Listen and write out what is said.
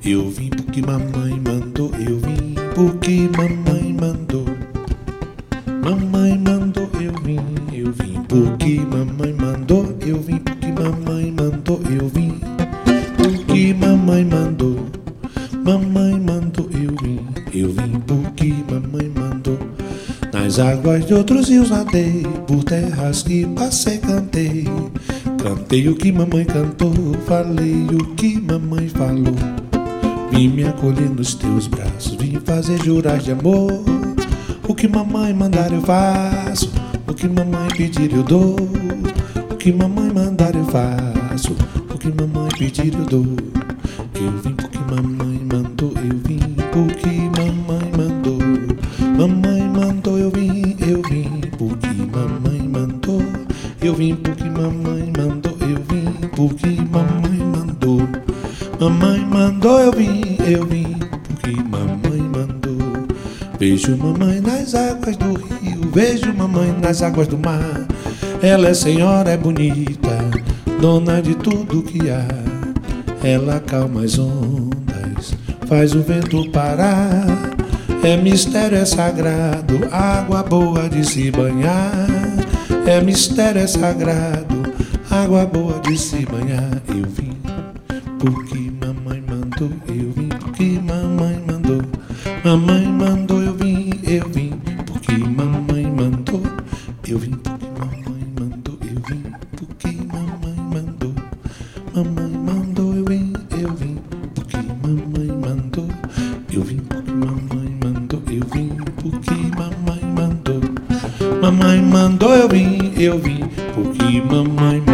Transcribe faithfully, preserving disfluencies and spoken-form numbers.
Eu vim porque mamãe mandou, eu vim porque mamãe mandou. Mamãe mandou, eu vim, eu vim porque mamãe mandou, eu vim porque mamãe mandou, eu vim porque mamãe mandou. Mamãe mandou, eu vim, eu vim porque mamãe mandou. Nas águas de outros rios nadei, por terras que passei cantei. Cantei o que mamãe cantou, falei o que mamãe falou. Vim me acolher nos teus braços, vim fazer jurar de amor. O que mamãe mandar eu faço, o que mamãe pedir eu dou. O que mamãe mandar eu faço, o que mamãe pedir eu dou. Eu vim porque mamãe mandou, eu vim porque mamãe mandou. Mamãe mandou, eu vim, eu vim porque mamãe mandou. Eu vim porque mamãe mandou, eu vim porque mamãe mandou. Mamãe mandou, eu vim, eu vim porque mamãe mandou. Vejo mamãe nas águas do rio, vejo mamãe nas águas do mar. Ela é senhora, é bonita, dona de tudo que há. Ela acalma as ondas, faz o vento parar. É mistério, é sagrado, água boa de se banhar. É mistério, é sagrado, água boa de se banhar. Eu vim porque mamãe mandou, eu vim porque mamãe mandou. Mamãe mandou, eu vim, eu vim porque mamãe mandou. Eu vim porque mamãe mandou, eu vim porque mamãe mandou. Mamãe mandou, eu vim, eu vim porque mamãe mandou. Eu vim porque mamãe mandou, eu vim porque mamãe mandou. Mamãe mandou, eu vim, eu vim porque mamãe mandou.